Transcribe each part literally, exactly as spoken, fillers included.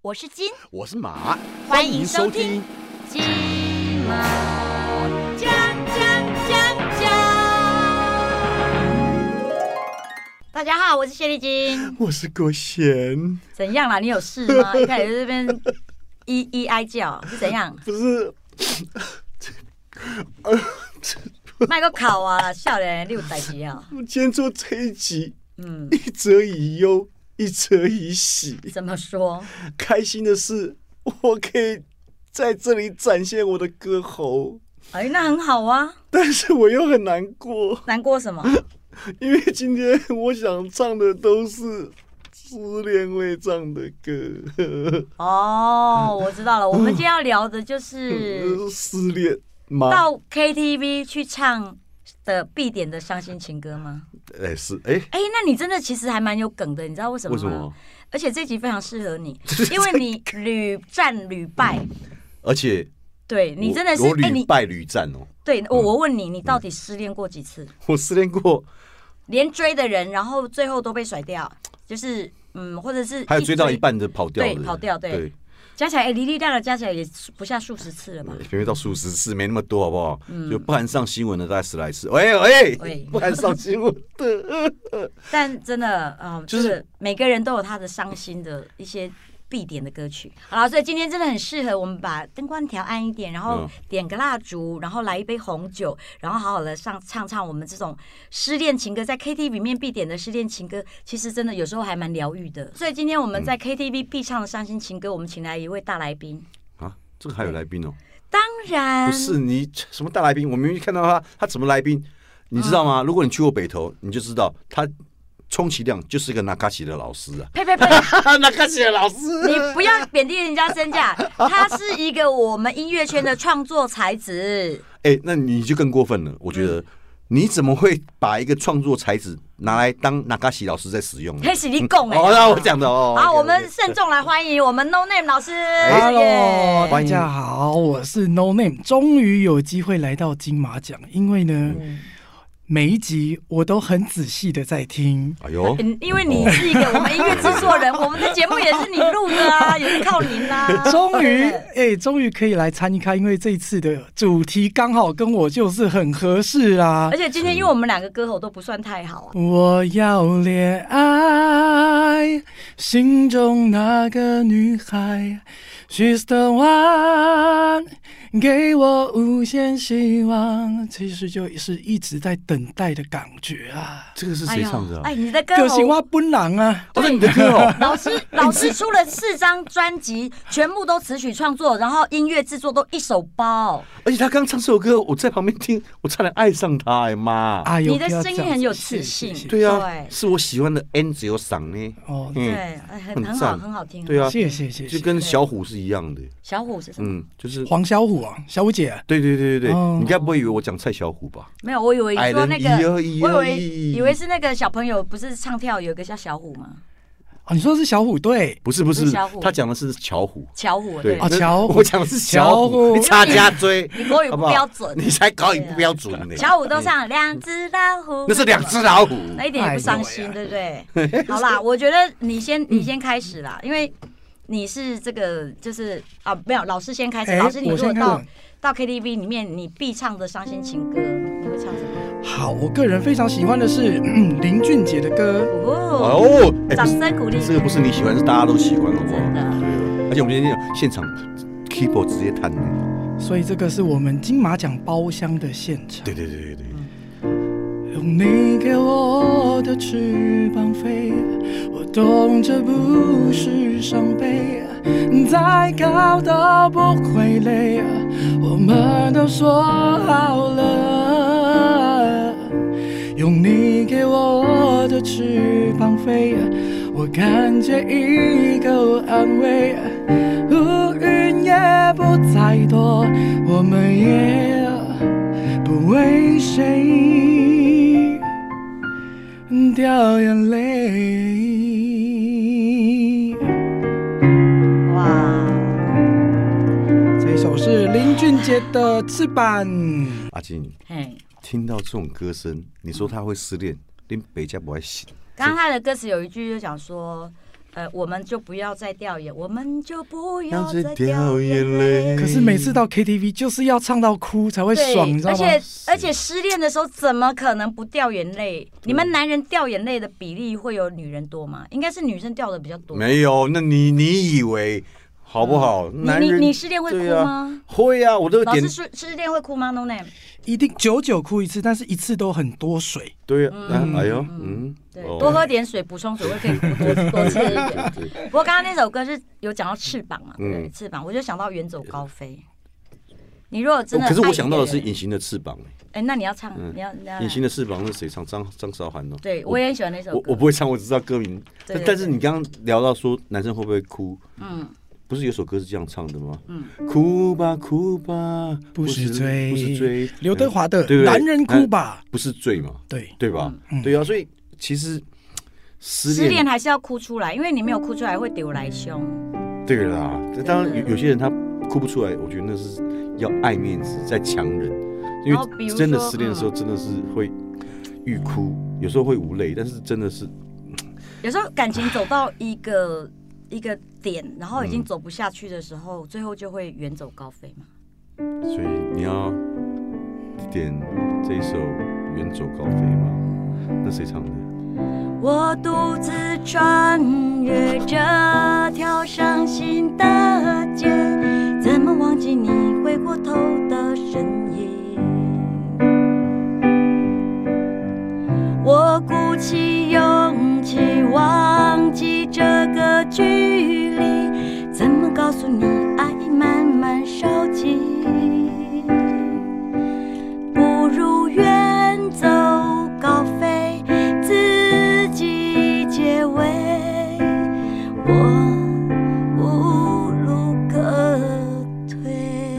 我是金， 我是马， 欢迎收听金马讲讲讲讲。大家好，我是谢丽金， 我是郭贤。 怎样啦？你有事吗？一开始这边咿咿哀叫是怎样？ 不是， 卖个考啊，笑脸你有代志啊？ 我今天做这一集， 嗯， 一则以忧，一则以喜。 怎么说？ 开心的是，我可以在这里展现我的歌喉。 哎，那很好啊。 但是我又很难过。 难过什么？ 因为今天我想唱的都是失恋会唱的歌。 哦，我知道了。我们今天要聊的就是失恋吗？ 到 K T V 去唱的必点的伤心情歌吗？ 哎、欸，是哎哎、欸，那你真的其实还蛮有梗的，你知道为什么吗？ 为什么？ 而且这集非常适合你，因为你屡战屡败， 而且对你真的是我屡哎你败屡战哦。 对我我问你，你到底失恋过几次？ 我失恋过， 连追的人，然后最后都被甩掉，就是嗯，或者是还有追到一半的跑掉的， 对，跑掉，对。 对加起来，哎，离离掉了，加起来也不下数十次了吧？ 没有到数十次，没那么多，好不好？ 嗯、 就不含上新闻的大概十来次。喂喂， 喂不含上新闻的。 但真的，嗯、呃， 就就是是每个人都有他的伤心的一些必点的歌曲。好了，所以今天真的很适合我们把灯光调暗一点，然后点个蜡烛，然后来一杯红酒，然后好好的上唱唱我们这种失恋情歌，在 K T V 里面必点的失恋情歌，其实真的有时候还蛮疗愈的。所以今天我们在 K T V 必唱的伤心情歌，我们请来一位大来宾。 啊，这个还有来宾哦？ 当然不是你什么大来宾，我明明看到他，他怎么来宾？你知道吗？嗯、如果你去过北投，你就知道他。充其量就是个纳卡西的老师啊！ 呸呸呸！ 纳卡西的老师， 你不要贬低人家身价，他是一个我们音乐圈的创作才子。 哎、欸，那你就更过分了，我觉得。嗯，你怎么会把一个创作才子拿来当纳卡西老师在使用呢？ 那是你讲的。 哦，那我讲的哦。 好，我们慎重来欢迎我们 No Name 老师。 Hello， 大家好，我是 No Name， 终于有机会来到金马奖，因为呢。嗯，每一集我都很仔细的在听， 哎呦， 因为你是一个我们音乐制作人，我们的节目也是你录的啊，也是靠您啦、啊。 终于，哎，终于可以来参加，因为这一次的主题刚好跟我就是很合适啦。 而且今天因为我们两个歌喉都不算太好啊。 我要恋爱，心中那个女孩 ，She's the one。给我无限希望，其实就是一直在等待的感觉啊。 这个是谁唱的、啊？ 哎，你的歌喉就是我本人啊。 哦，是你的歌哦。 老师，老师出了四张专辑，全部都词曲创作，然后音乐制作都一手包。 而且他刚唱这首歌，我在旁边听，我差点爱上他，哎妈！ 哎你的声音很有磁性， 对啊，对是我喜欢的 Angel 嗓呢。 哦，对，很很好，很好听。 对啊， 谢谢谢谢。 就跟小虎是一样的。 小虎是什么？ 嗯，就是黄小虎。小虎姐， 对对对对对，哦、你该不会以为我讲蔡小虎吧？ 没有，我以为你说那个，我以为以为是那个小朋友，不是唱跳有一个叫小虎吗？ 哦，你说是小虎对？ 不是不是，他讲的是巧虎。 巧虎对啊，巧虎， 我讲的是巧虎，你差加追， 你国语不标准， 你才国语不标准呢。 巧虎都唱两只老虎， 那是两只老虎， 那一点也不伤心，对不对？好啦，我觉得你先你先开始啦，因为。你是这个就是啊，没有老师先开始。欸、老师，你如果到到 K T V 里面，你必唱的伤心情歌，你会唱什么？ 好，我个人非常喜欢的是、嗯、林俊杰的歌。 哦，哦掌声鼓励。 这个不是你喜欢，是大家都喜欢，好不好？ 真的。 而且我们今天现场 keyboard 直接弹的， 所以这个是我们金马奖包厢的现场。 对对对对对。 用你给我的翅膀飞，我懂这不是伤悲，再高都不会累，我们都说好了。用你给我的翅膀飞，我感觉已够安慰，乌云也不再多，我们也不为谁掉眼泪。 哇， 这首是林俊杰的《翅膀》。 阿金，听到这种歌声，你说他会失恋，连北家不爱醒。 刚刚他的歌词有一句就讲说， 呃，我们就不要再掉眼，我们就不要再再掉眼泪。 可是每次到 K T V 就是要唱到哭才会爽，你知道吗？ 而且而且失恋的时候怎么可能不掉眼泪？你们男人掉眼泪的比例会有女人多吗？应该是女生掉的比较多。 没有，那你你以为好不好？ 嗯、 男人你你失恋会哭吗？ 啊会啊，我都点。 老师失失恋会哭吗 ？No name。 一定久久哭一次，但是一次都很多水。 对啊，嗯、哎呦，嗯， 对，哦、多喝点水，补充水会可以哭多多次一点。不过刚刚那首歌是有讲到翅膀嘛，对，翅膀，我就想到远走高飞。你如果真的、 哦，可是我想到的是隐形的翅膀、欸。 哎、欸，那你要唱，嗯、你要你要。 隐形的翅膀是谁唱？张张韶涵哦。 对，我也很喜欢那首歌。 我我不会唱，我只知道歌名。对对对，但是你刚刚聊到说男生会不会哭？嗯。不是有首歌是这样唱的吗？嗯，哭吧哭吧， 不是醉， 不是醉， 刘德华的《男人哭吧》 不是醉嘛？ 对对吧？嗯、对啊，所以其实失恋失恋还是要哭出来，因为你没有哭出来会丢来凶。 对啦，当然有有些人他哭不出来，我觉得那是要爱面子，在强忍，因为真的失恋的时候真的是会欲哭，有时候会无泪，但是真的是有时候感情走到一个。一个点，然后已经走不下去的时候，嗯、最后就会远走高飞嘛。 所以你要点这一首《远走高飞》吗？那谁唱的？ 我独自穿越这条伤心的街，怎么忘记你回过头的身影？我鼓起勇气忘记这个距离，怎么告诉你爱慢慢烧起？不如远走高飞，自己结尾，我无路可退。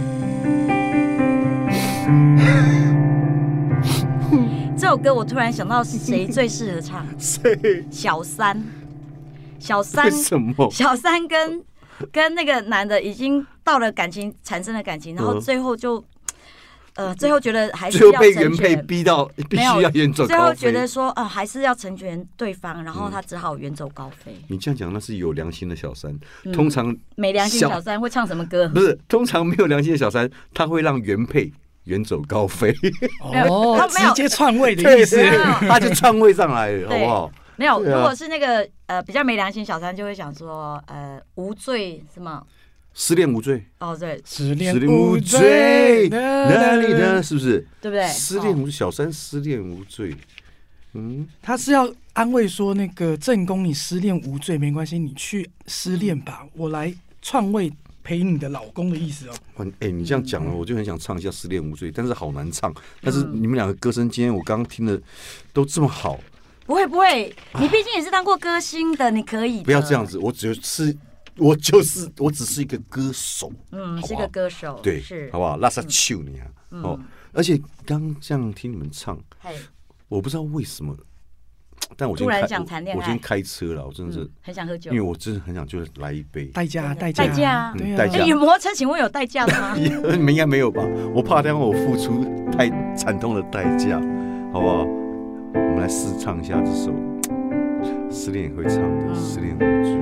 这首歌我突然想到谁最适合唱？ 谁？ 小三。小三为什么？ 小三跟跟那个男的已经到了感情产生了感情，然后最后就，呃，最后觉得还是要最后被原配逼到必须要远走高飞。 最后觉得说，呃，还是要成全对方，然后他只好远走高飞。 你这样讲，那是有良心的小三。嗯、通常没良心小三会唱什么歌？ 不是，通常没有良心的小三，他会让原配远走高飞。 哦，他直接篡位的意思， 他就篡位上来了，好不好？ 没有，如果是那个呃比较没良心小三，就会想说呃无罪是吗？ 失恋无罪哦，对， 失恋无罪， 哪里的？是不是？ 对不对？ 失恋无小三失恋无罪，嗯， 他是要安慰说那个正宫，你失恋无罪没关系，你去失恋吧，我来篡位陪你的老公的意思哦。 哎、欸，你这样讲了，我就很想唱一下《失恋无罪》，但是好难唱。但是你们两个歌声，今天我刚刚听的都这么好。 不会不会，你毕竟也是当过歌星的，你可以的。 不要这样子，我只是我就是我只是一个歌手， 嗯， 好好是个歌手， 对， 是好不好？拉萨丘你啊，嗯、哦，而且刚这样听你们唱，我不知道为什么，但我今天开我今天开车了，我真的是、嗯、 很想喝酒， 因为我真的很想就是来一杯代驾代驾代驾， 对啊，代驾。 哎，摩托车请问有代驾的吗？ 你们应该没有吧？我怕等下我付出太惨痛的代价，好不好？我们来试唱一下这首失恋也会唱的《失恋无罪》。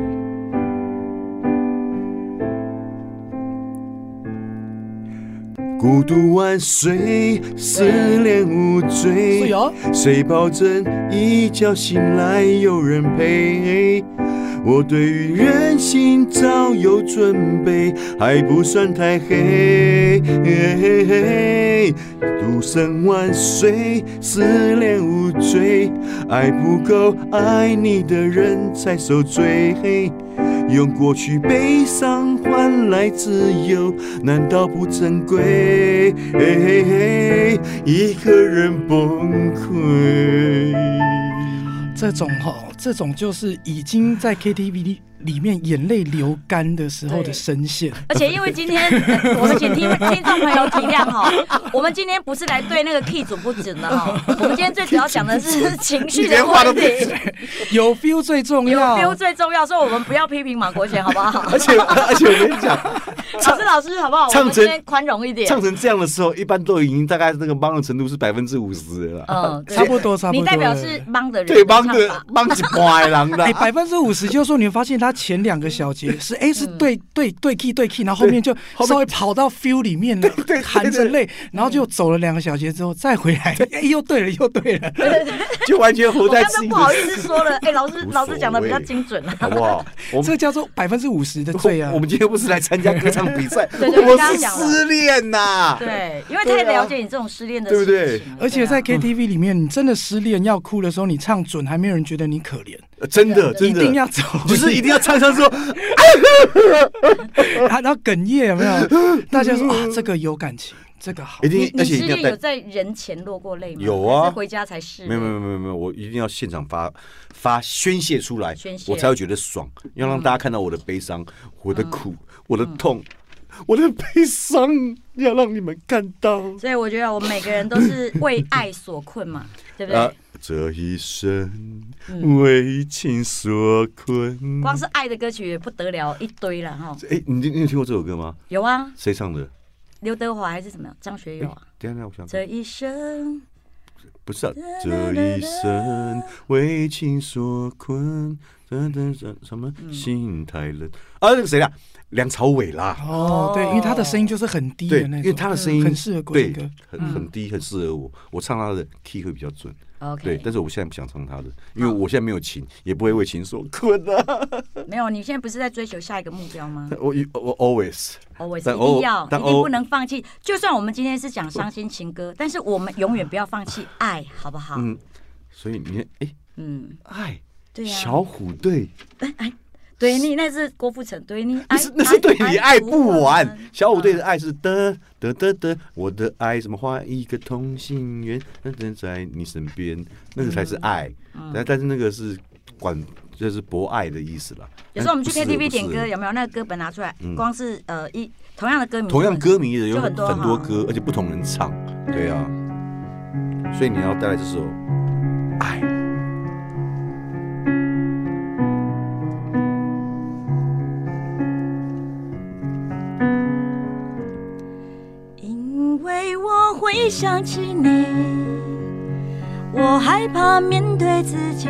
孤独万岁，失恋无罪。谁保证一觉醒来有人陪？我对于人心早有准备，还不算太黑。独身万岁，失恋无罪。爱不够爱你的人才受罪。用过去悲伤换来自由，难道不珍贵？一个人崩溃。 这种哈、哦，这种就是已经在 K T V 里里面眼泪流干的时候的声线。 而且因为今天、呃、我们请听听众朋友体谅哈，我们今天不是来对那个 key 准不准的哈，我们今天最主要讲的是情绪的问题。 有 feel 最重要， 有 feel 最重要，所以我们不要批评马国贤好不好？ 而且而且我跟你讲， 老师老师好不好？ 唱成我们今天宽容一点。 唱成这样的时候，一般都已经大概那个忙的程度是百分之五十了。 嗯， 差不多差不多。 你代表是忙的人， 对，忙的忙是坏人的。 哎，百分之五十，就是说你会发现他前两个小节是哎是对对对 key 对 key， 然后后面就稍微跑到 feel 里面了，含着泪，然后就走了两个小节之后再回来，哎又对了又对了， 就完全活在自己的。 我刚刚不好意思说了，哎，老师老师讲的比较精准了， 好不好？ 这叫做百分之五十的罪啊！ 我们今天不是来参加歌唱比赛， 我是失恋呐。 对，因为太了解你这种失恋的事情，对不对？ 而且在 K T V 里面，你真的失恋要哭的时候，你唱准，还没有人觉得你可怜。 真的，真的一定要走， 就是一定要唱唱说， 然后哽咽有没有？大家说啊，这个有感情。这个好， 一定，而且一定要有在人前落过泪吗？ 有啊， 回家才是。 没有没有没有没有，我一定要现场发发宣泄出来，我才会觉得爽。要让大家看到我的悲伤、我的苦、我的痛、我的悲伤，要让你们看到。 所以我觉得我们每个人都是为爱所困嘛，对不对？ 这一生为情所困。 光是爱的歌曲也不得了一堆了哈。 哎，你你有听过这首歌吗？ 有啊。谁唱的？ 刘德华还是什么？张学友啊？ 等一下，我想这一生不是啊，这一生为情所困，什么心太冷啊？那个谁啦？梁朝伟啦。 哦，对，因为他的声音就是很低的那种， 因为他的声音很适合国语歌， 很很低，很适合我。我唱他的 key 会比较准。 Okay. 对，但是我现在不想唱他的，因为我现在没有情，也不会为情所困啊。 没有，你现在不是在追求下一个目标吗？ 我我 always always 一定要，一定不能放弃。就算我们今天是讲伤心情歌，但是我们永远不要放弃爱，好不好？ 嗯，所以你看，哎， 嗯， 爱， 对呀， 小虎队， 哎哎。对你那是郭富城，对你那是那是对你爱不完。小虎队的爱是的的的的，我的爱什么画一个同心圆，人在你身边，那个才是爱。但但是那个是管就是博爱的意思啦。 有时候我们去 K T V 点歌，有没有那个歌本拿出来？光是呃一同样的歌名， 同样歌名的有很多多歌，而且不同人唱，对啊。所以你要带来这首爱。 会想起你，我害怕面对自己，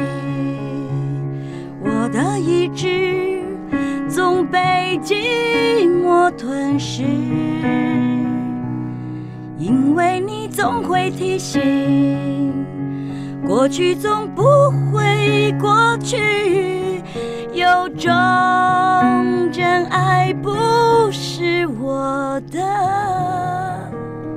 我的意志总被寂寞吞噬，因为你总会提醒，过去总不会过去，有种真爱不是我的。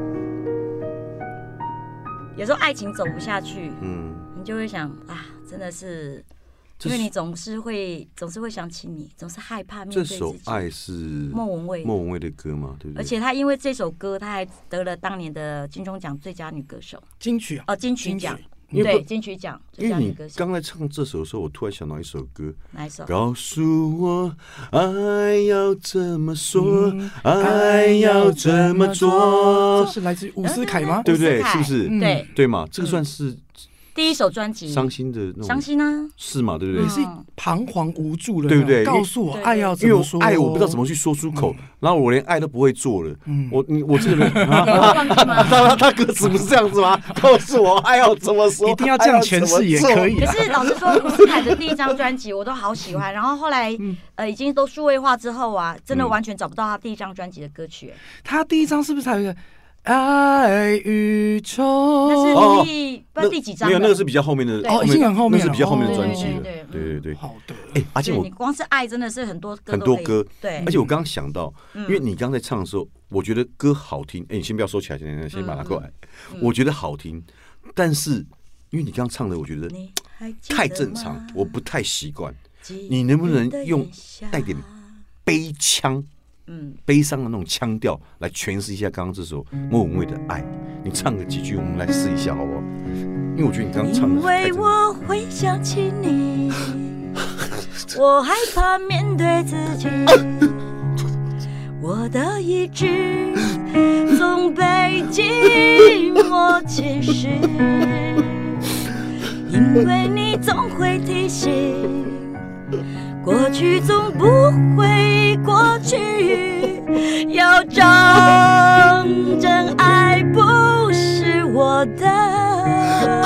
有时候爱情走不下去，嗯，你就会想啊，真的是，因为你总是会总是会想起你，总是害怕面对自己。 这首爱是莫文蔚莫文蔚的歌嘛，对不对？ 而且她因为这首歌，她还得了当年的金钟奖最佳女歌手金曲啊， 哦，金曲奖。对，金曲奖最佳女歌手。 因为你刚才唱这首的时候，我突然想到一首歌， 哪一首？ 告诉我，爱要怎么说？嗯、爱要怎么做？ 这是来自伍思凯吗？ 对不对？是不是？ 对对嘛？这个算是第一首专辑， 伤心的那种， 伤心啊， 是嘛？对不对？ 也是彷徨无助的， 对不对？ 告诉我爱要怎么说？ 因为爱我不知道怎么去说出口，然后我连爱都不会做了。我你我这个人，他他歌词不是这样子吗？告诉我爱要怎么说？ 一定要这样诠释也可以。 可是老实说，伍思凯的第一张专辑我都好喜欢，然后后来呃已经都数位化之后啊，真的完全找不到他第一张专辑的歌曲。 他第一张是不是还有一个？爱与愁， 那是第不知道第几张？ 没有，那个是比较后面的， 哦，已经很后面了， 那是比较后面的专辑了。 对对对， 好的。 哎，而且我你光是爱真的是很多歌， 很多歌。 对， 而且我刚刚想到，因为你刚才唱的时候，我觉得歌好听。哎，你先不要收起来，先先把它过来。我觉得好听，但是因为你刚刚唱的，我觉得太正常，我不太习惯。你能不能用带点悲腔？嗯，悲伤的那种腔调来诠释一下刚刚这首莫文蔚的《爱》，你唱个几句，我们来试一下好不好？因为我觉得你刚刚唱的，因为我会想起你，我害怕面对自己，我的意志总被寂寞侵蚀，因为你总会提醒。过去总不会过去，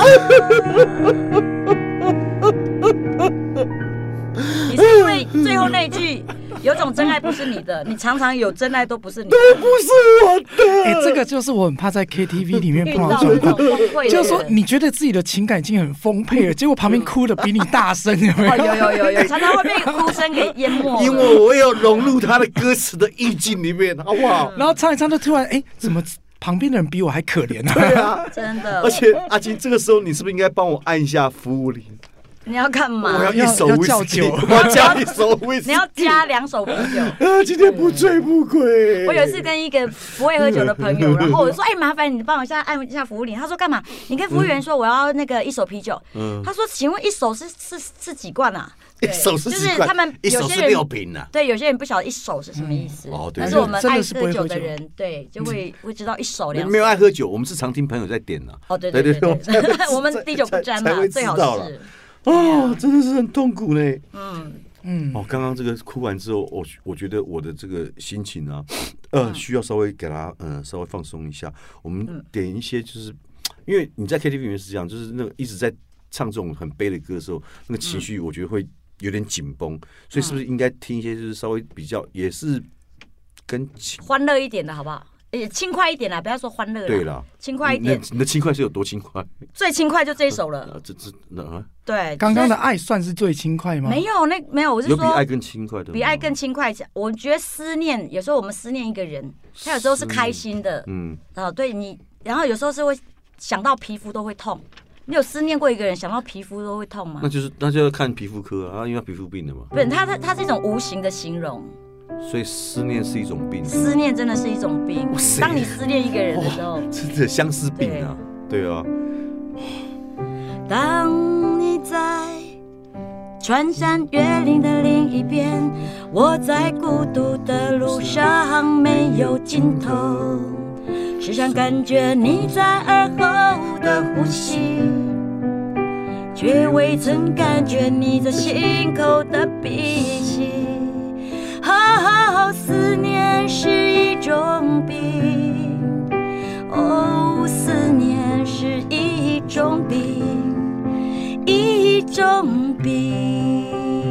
你是因为最后那句有种真爱不是你的，你常常有真爱都不是你的， 都不是我的。 哎、欸，这个就是我很怕在 K T V 里面碰到状况，就是说你觉得自己的情感已经很丰沛了，结果旁边哭的比你大声，有没有？ 哦，有有有有，常常会被哭声给淹没。 因为我有融入他的歌词的意境里面，好不好？ 然后唱一唱，就突然哎、欸，怎么旁边的人比我还可怜啊？ 对啊， 真的。 而且阿金，这个时候你是不是应该帮我按一下服务铃？ 你要干嘛？ 我要一手威士忌，我要加一手威士忌。 你要加两手啤酒。 啊，今天不醉不归。 我有一次跟一个不会喝酒的朋友，然后我就说：“哎、欸，麻烦你帮我一下按一下服务铃。”他说：“干嘛？”你跟服务员说我要那个一手啤酒。嗯、他说：“请问一手是是是几罐啊？” 一手是几罐？就是他们有些人一手是六瓶啊。 对，有些人不晓得一手是什么意思。嗯、哦，对。但是我们爱喝酒的人，对，就会、嗯、会知道一手两手。 没有爱喝酒，我们是常听朋友在点呐、啊。 哦，对对对 对, 对, 对我们滴酒不沾嘛，最好是。 哦，真的是很痛苦呢。 嗯嗯，哦，刚刚这个哭完之后，我我觉得我的这个心情啊，呃，需要稍微给他呃稍微放松一下。我们点一些，就是因为你在 K T V 里面是这样，就是那个一直在唱这种很悲的歌的时候，那个情绪我觉得会有点紧绷，所以是不是应该听一些就是稍微比较也是跟欢乐一点的好不好？也轻快一点啦，不要说欢乐啦。 对啦， 轻快一点。 你的轻快是有多轻快？ 最轻快就这一首了。 啊、这这那啊？ 对， 刚刚的爱算是最轻快吗？ 没有，那没有，我是说有比爱更轻快的， 比爱更轻快。我觉得思念，有时候我们思念一个人，他有时候是开心的，嗯，啊，对你，然后有时候是会想到皮肤都会痛。你有思念过一个人，想到皮肤都会痛吗？ 那就是那就要看皮肤科啊，因为他皮肤病的嘛。 不是，他他他是一种无形的形容。 所以思念是一种病， 思念真的是一种病。当你思念一个人的时候， 真的相思病啊，对, 对啊。 当你在穿山越岭的另一边，我在孤独的路上没有尽头，时常感觉你在耳后的呼吸，却未曾感觉你在心口的鼻息。哦，思念是一种病，哦，思念是一种病，一种病。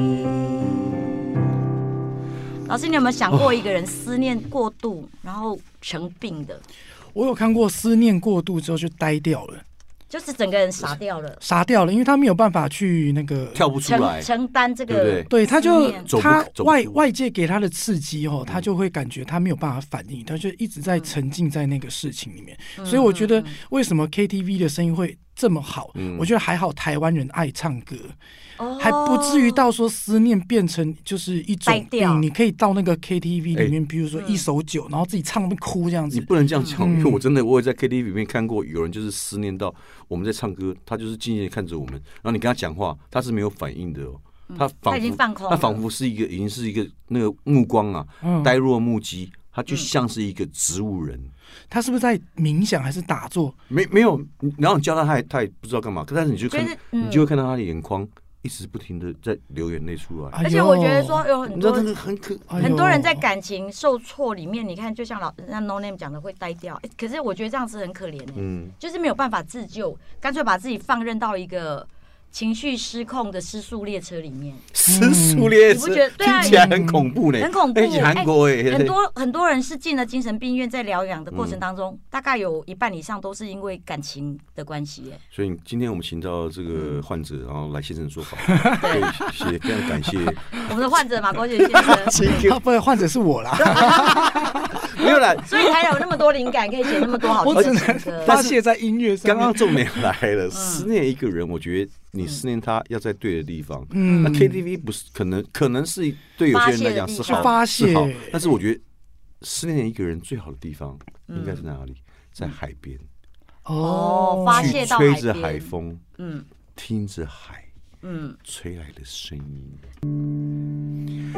老师，你有没有想过一个人思念过度，然后成病的？ 我有看过思念过度之后就呆掉了。 就是整个人傻掉了， 傻掉了，因为他没有办法去那个跳不出来承担这个， 对对对，他就他外外界给他的刺激哦，他就会感觉他没有办法反应，他就一直在沉浸在那个事情里面。嗯、所以我觉得为什么 K T V 的声音会这么好？嗯、我觉得还好，台湾人爱唱歌。哦、还不至于到说思念变成就是一种病，你可以到那个 K T V 里面，欸、比如说一首酒，然后自己唱哭这样子。 你不能这样讲，嗯、因为我真的我也在 K T V 里面看过有人就是思念到我们在唱歌，他就是静静地看着我们，然后你跟他讲话，他是没有反应的哦。他仿佛、嗯、他已经放空了，他仿佛是一个已经是一个那个目光啊，嗯、呆若木鸡，他就像是一个植物人。嗯、 他是不是在冥想还是打坐？ 没没有，然后你叫他，他也他也不知道干嘛。但是你就看，嗯、你就会看到他的眼眶。一直不停的在流眼泪出来， 而且我觉得说有很多很可很多人在感情受挫里面，你看就像老像 No Name 讲的会呆掉，欸，可是我觉得这样子很可怜哎，嗯，就是没有办法自救，干脆把自己放任到一个情绪失控的失速列车里面。 失速列车，嗯、你不觉得对啊？听起来很恐怖呢， 很恐怖。 哎，韩国哎， 很多很多人是进了精神病院，在疗养的过程当中，嗯、大概有一半以上都是因为感情的关系。 所以今天我们请到这个患者，然后来现身说法，对，谢谢，非常感谢我们的患者马国杰先生。 啊，不然患者是我啦。 没有啦， 所以才有那么多灵感，可以写那么多好听的情歌。 发泄在音乐上。 刚刚重点来了，思念一个人，我觉得。你思念他要在对的地方，嗯，那 K T V 不是可能可能是对有些人来讲是好发泄， 是好，但是我觉得思念一个人最好的地方应该是哪里？在海边哦，发泄到海边， 吹着海风，嗯，听着海，嗯，吹来的声音，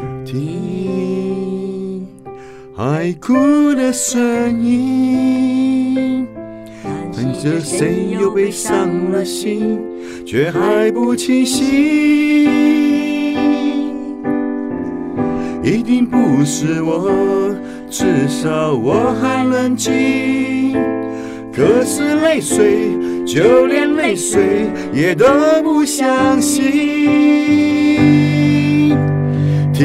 听海哭的声音。看着谁又背上了心，却还不清醒，一定不是我，至少我还冷静， 可是泪水，就连泪水也都不相信。听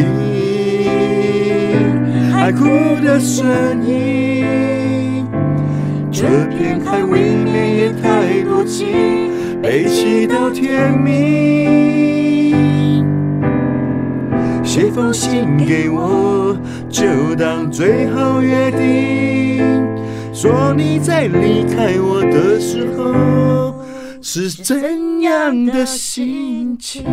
海哭的声音，这片海未免也太多情，悲泣到天明。写封信给我，就当最后约定，说你在离开我的时候是怎样的心情。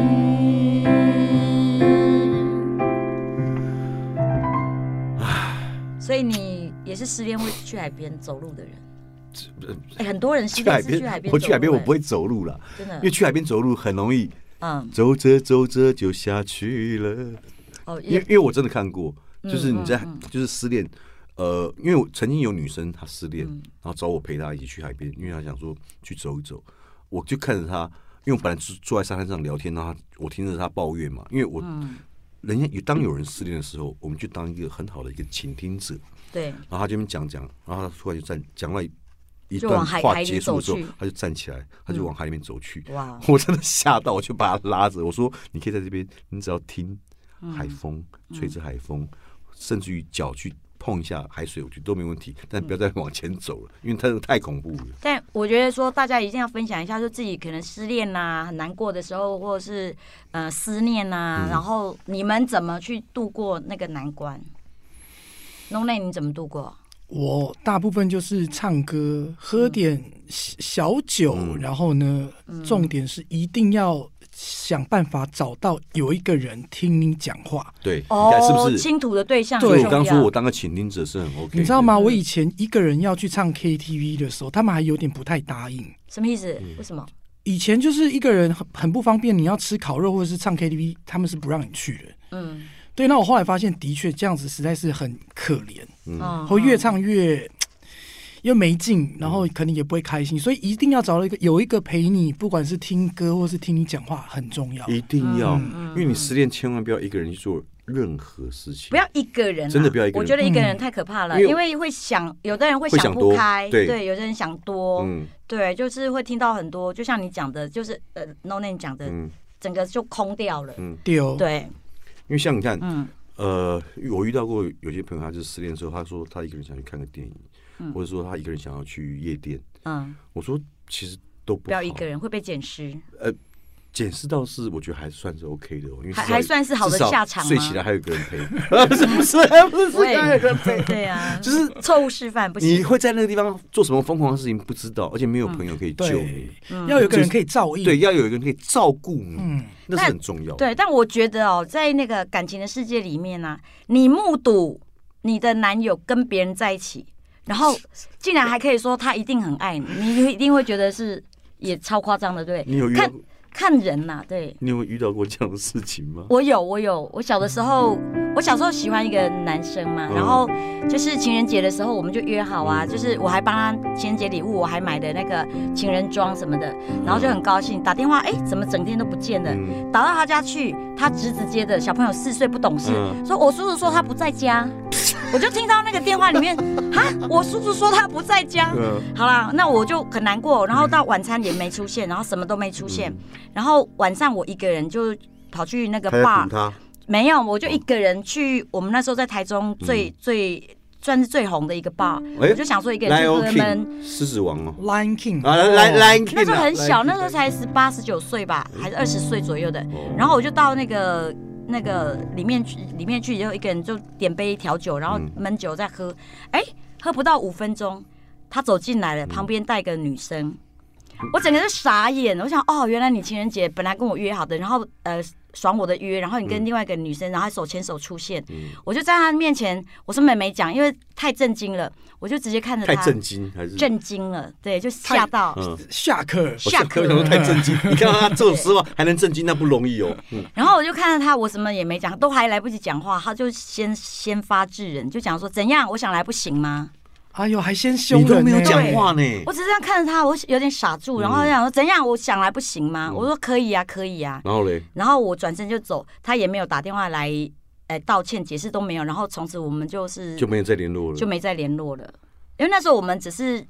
所以你也是失恋会去海边走路的人？欸、很多人失恋是去海边走路、欸。 我去海边我不会走路啦， 真的， 因为去海边走路很容易，嗯，走着走着就下去了。哦，因为因为我真的看过，就是你在、嗯嗯嗯、就是失恋，呃，因为我曾经有女生她失恋、嗯，然后找我陪她一起去海边，因为她想说去走一走，我就看着她，因为我本来是坐在沙滩上聊天，然后我听着她抱怨嘛，因为我。嗯人家当有人失恋的时候，我们就当一个很好的一个倾听者。 对。 然后他这边讲讲，然后他突然就站讲了一段话结束的时候，他就站起来，他就往海里面走去。哇、嗯！我真的吓到，我就把他拉着，我说：“你可以在这边，你只要听海风，嗯、吹着海风，甚至于脚去碰一下海水，我觉得都没问题，但不要再往前走了，因为它太恐怖了。” 但我觉得说，大家一定要分享一下，就自己可能失恋呐、很难过的时候，或者是呃思念呐、嗯，然后你们怎么去度过那个难关？农内你怎么度过？ 我大部分就是唱歌，喝点小酒，嗯、然后呢、嗯，重点是一定要想办法找到有一个人听你讲话。 对，哦，是不是倾吐的对象？ 对，我刚说我当个倾听者是很 OK。 你知道吗？我以前一个人要去唱 K T V 的时候，他们还有点不太答应。 什么意思？嗯、为什么？ 以前就是一个人很很不方便，你要吃烤肉或者是唱 K T V， 他们是不让你去的。嗯。对，那我后来发现，的确这样子实在是很可怜，嗯，会越唱越又没劲，然后可能也不会开心，所以一定要找到一个有一个陪你，不管是听歌或是听你讲话，很重要。 一定要，嗯、因为你失恋千万不要一个人去做任何事情， 不要一个人、啊， 真的不要一个人。 我觉得一个人太可怕了，嗯、因为会想，有的人会想不开， 对， 对，有的人想多，嗯，对，就是会听到很多，就像你讲的，就是呃 ，No Name 讲的、嗯，整个就空掉了，嗯， 对， 对， 因为像你看，嗯。呃，我遇到过有些朋友，他就是失恋的时候，他说他一个人想去看个电影，嗯、或者说他一个人想要去夜店。嗯，我说其实都不好， 不要一个人会被捡尸。 呃，捡尸倒是我觉得还算是 OK 的、哦，因为还还算是好的下场吗？ 睡起来还有个人陪，不是不是不是还有个人陪， 对啊， 就是错误示范不行。 你会在那个地方做什么疯狂的事情不知道，而且没有朋友可以救你， 嗯、要有个人可以照应， 对，要有一个人可以照顾你。嗯，那是很重要的。 对，但我觉得哦，在那个感情的世界里面呢、啊，你目睹你的男友跟别人在一起，然后竟然还可以说他一定很爱你，你一定会觉得是也超夸张的，对？ 你有遇到看看人呐、啊，对。 你有遇到过这样的事情吗？ 我有，我有。我小的时候，我小时候喜欢一个男生嘛，嗯、然后就是情人节的时候，我们就约好啊，嗯、就是我还帮他情人节礼物，我还买的那个情人装什么的，然后就很高兴，打电话，哎，怎么整天都不见了？嗯、打到他家去，他侄子接的，小朋友四岁不懂事，嗯、说我叔叔说他不在家。我就听到那个电话里面，哈，我叔叔说他不在家。嗯、好啦，那我就很难过。然后到晚餐也没出现，然后什么都没出现。嗯、然后晚上我一个人就跑去那个 bar， 没有，我就一个人去。我们那时候在台中最、嗯、最算是最红的一个 bar，、欸、我就想说一个人去喝闷。 狮子王哦 ，Lion King 啊 ，Lion King， 那时候很小，那时候才十八十九岁吧，还是二十岁左右的。然后我就到那个。那个里面去，里面去以后，一个人就点杯调酒，然后闷酒在喝。哎、嗯欸，喝不到五分钟，他走进来了，旁边带个女生，嗯、我整个就傻眼。我想，哦，原来你情人节本来跟我约好的，然后呃爽我的约，然后你跟另外一个女生，然后手牵手出现，嗯、我就在他面前，我什么也没讲，因为太震惊了，我就直接看着他， 太震惊还是震惊了，对，就吓到， 嗯、下课， 下课， 我想说太震惊，你看到他这种时候还能震惊，那不容易哦。嗯、 然后我就看着他，我什么也没讲，都还来不及讲话，他就先先发制人，就讲说怎样，我想来不行吗？ 哎呦，还先凶人， 你都没有讲话呢。 我只是这样看着他，我有点傻住，然后他讲说怎样，我想来不行吗？嗯、我说可以啊，可以啊。 然后嘞， 然后我转身就走，他也没有打电话来，呃，道歉解释都没有。然后从此我们就是就没有再联络了， 就没再联络了。因为那时候我们只是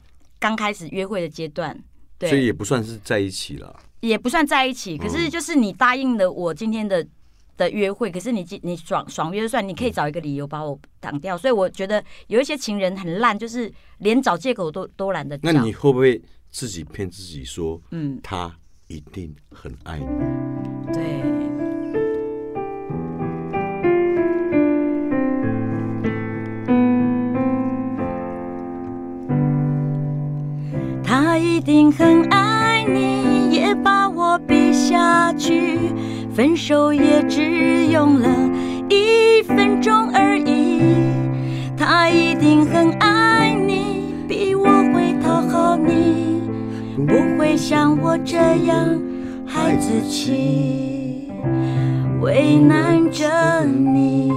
刚开始约会的阶段，对， 所以也不算是在一起了， 也不算在一起。可是就是你答应了我今天的的约会，可是你你爽爽约就算，你可以找一个理由把我挡掉。所以我觉得有一些情人很烂，就是连找借口都都懒得找。 那你会不会自己骗自己说，嗯，他一定很爱你？ 对。他一定很爱你，也把我比下去，分手也只用了一分钟而已。他一定很爱你，比我会讨好你，不会像我这样孩子气，为难着你。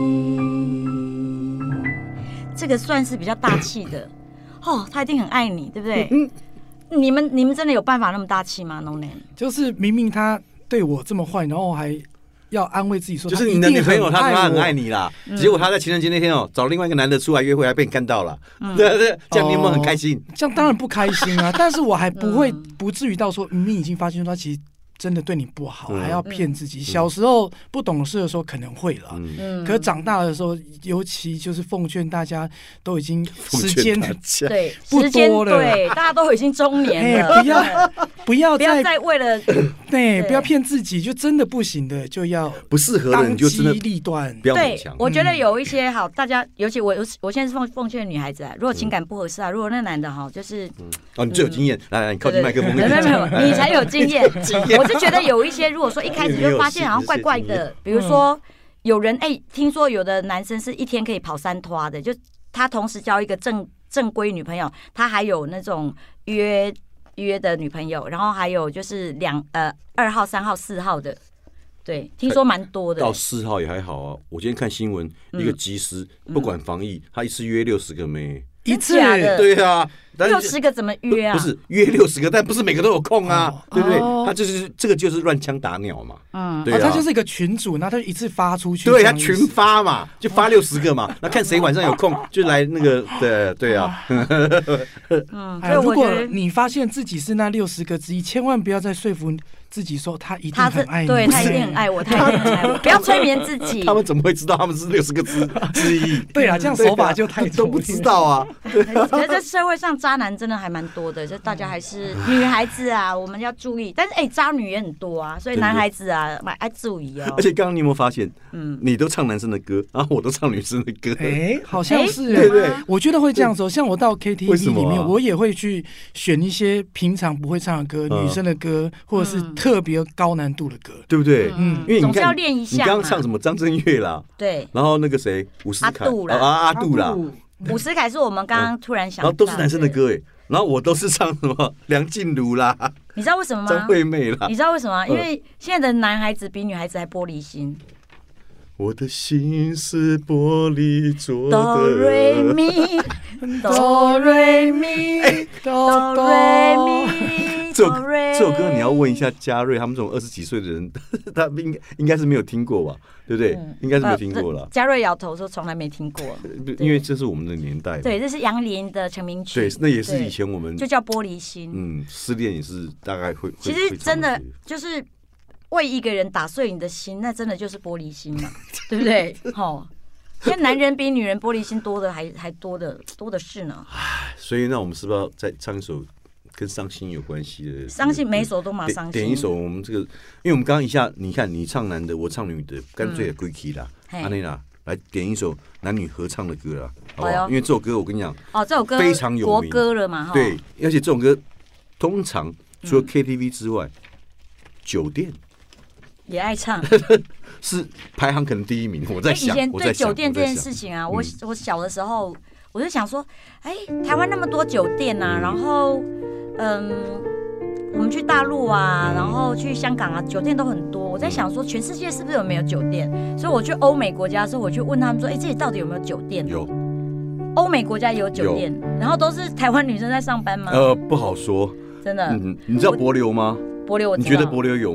这个算是比较大气的哦，他一定很爱你，对不对？你们你们真的有办法那么大气吗 ？No name， 就是明明他对我这么坏，然后还要安慰自己说， 就是你的女朋友她她很爱你啦，嗯、结果她在情人节那天哦找另外一个男的出来约会，还被你干到了，嗯、对对，这样你有没有很开心？ 哦、这样当然不开心啊，但是我还不会不至于到说明明已经发现他其实真的对你不好，嗯、还要骗自己。嗯、小时候不懂事的时候可能会了，嗯、可是长大的时候，尤其就是奉劝大家，都已经时间对不多了， 对，大家都已经中年了， 不要不要不要再为了对，不要骗自己，就真的不行的，就要不适合的你就真的当机立断， 不要勉强。 我觉得有一些好，大家尤其我我现在是奉奉劝女孩子啊，如果情感不合适啊，如果那男的哈，就是哦，你最有经验，来来，你靠近麦克风， 没有没有，你才有经验。我是觉得有一些，如果说一开始就发现好像怪怪的，比如说有人哎，听说有的男生是一天可以跑三拖的，就他同时交一个正正规女朋友，他还有那种约约的女朋友，然后还有就是两呃二号、三号、四号的，对，听说蛮多的。 到四号也还好啊，我今天看新闻，一个技师不管防疫，他一次约六十个妹。 一次对啊， 六十个怎么约啊？ 不是约六十个，但不是每个都有空啊，哦、对不对？他就是这个就是乱枪打鸟嘛，嗯，对啊， 哦、他就是一个群组，那他一次发出去， 对，他群发嘛，就发六十个嘛，那看谁晚上有空就来那个，对对啊， 嗯，哎，如果你发现自己是那六十个之一，千万不要再说服自己说他一定很爱你， 对他一定很爱我，他一定很爱我，不要催眠自己。 他们怎么会知道他们是六十个之之一？ 对啊，这样手法就太都不知道啊。 我觉得这社会上渣男真的还蛮多的，就大家还是女孩子啊，我们要注意。但是哎、欸，渣女也很多啊，所以男孩子啊，要注意哦。 而且刚刚你有没有发现，嗯，你都唱男生的歌，然后我都唱女生的歌， 哎，好像是， 对对。 我觉得会这样子，像我到 K T V 里面，我也会去选一些平常不会唱的歌，女生的歌，或者是特别高难度的歌， 对不对？ 嗯， 因为你看， 要练一下。 你刚刚唱什么？张震岳啦， 对， 然后那个谁，伍思凯， 啊阿杜啦， 伍思凯是我们刚刚突然想到，然后都是男生的歌哎，然后我都是唱什么梁静茹啦， 你知道为什么吗？ 张惠妹啦， 你知道为什么吗？因为现在的男孩子比女孩子还玻璃心。 我的心是玻璃做的。 哆瑞咪，哆瑞咪，哆瑞咪。 这首这首歌你要问一下嘉瑞，他们这种二十几岁的人，他应该应该是没有听过吧？对不对？嗯、应该是没有听过了。 嘉瑞摇头说从来没听过， 因为这是我们的年代。 对，这是杨林的成名曲。 对，那也是以前我们就叫玻璃心。 嗯，失恋也是大概会。 其实真的就是为一个人打碎你的心，那真的就是玻璃心嘛，对不对？吼。因为男人比女人玻璃心多的还还多的多的是呢。 所以那我们是不是要再唱一首跟伤心有关系的？ 伤心每一首都蛮伤心。 点一首我们这个，因为我们刚刚一下，你看你唱男的，我唱女的，干脆也归 key 啦，安内啦，来点一首男女合唱的歌啦，好不好？因为这首歌我跟你讲， 哦，这首歌非常有名， 国歌了嘛， 对，而且这种歌通常除了 K T V 之外，酒店也爱唱。 是排行可能第一名，我在想。 以前对酒店这件事情啊，我我小的时候，我就想说，哎，台湾那么多酒店啊，然后，嗯，我们去大陆啊，然后去香港啊，酒店都很多。我在想说，全世界是不是有没有酒店？所以我去欧美国家的时候，我去问他们说，哎，这里到底有没有酒店？ 有， 欧美国家有酒店，然后都是台湾女生在上班吗？ 呃，不好说， 真的。 嗯，你知道帛琉吗？ 帛琉我知道。 你觉得帛琉有吗？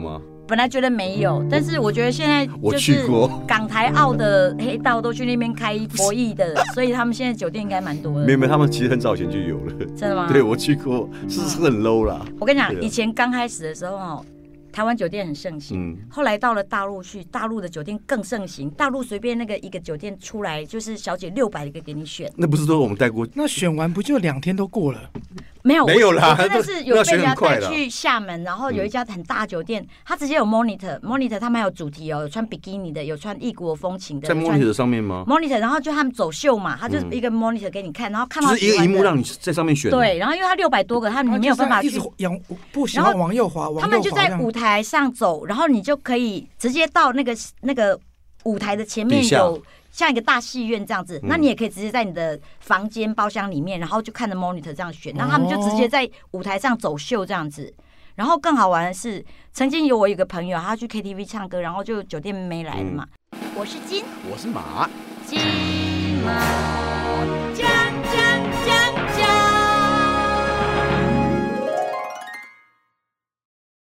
本来觉得没有，但是我觉得现在就是港台澳的黑道都去那边开博弈的，所以他们现在酒店应该蛮多的。 没有没有，他们其实很早前就有了。 真的吗？ 对，我去过，是是很 low 啦。 我跟你讲，以前刚开始的时候哦。台湾酒店很盛行，嗯、后来到了大陆去，大陆的酒店更盛行。大陆随便那个一个酒店出来，就是小姐六百个给你选。 那不是说我们带过？ 那选完不就两天都过了？ 没有， 没有啦， 真的是有被人家带去厦门，然后有一家很大酒店，它直接有 monitor，monitor 他们还有主题哦，有穿比基尼的，有穿异国风情的， 在 monitor 上面吗 ？monitor， 然后就他们走秀嘛，他就是一个 monitor 给你看，然后看到就是一个荧幕让你在上面选。 对，然后因为它六百多个，他们你没有办法去， 一直不喜欢往右滑， 他们就在舞台上走，然后你就可以直接到那个那个舞台的前面有。像一个大戏院这样子，那你也可以直接在你的房间包厢里面，然后就看着 monitor 这样选，然后他们就直接在舞台上走秀这样子。然后更好玩的是，曾经有我一个朋友，他去 K T V 唱歌，然后就酒店没来了嘛。我是金， 我是马， 金马奖。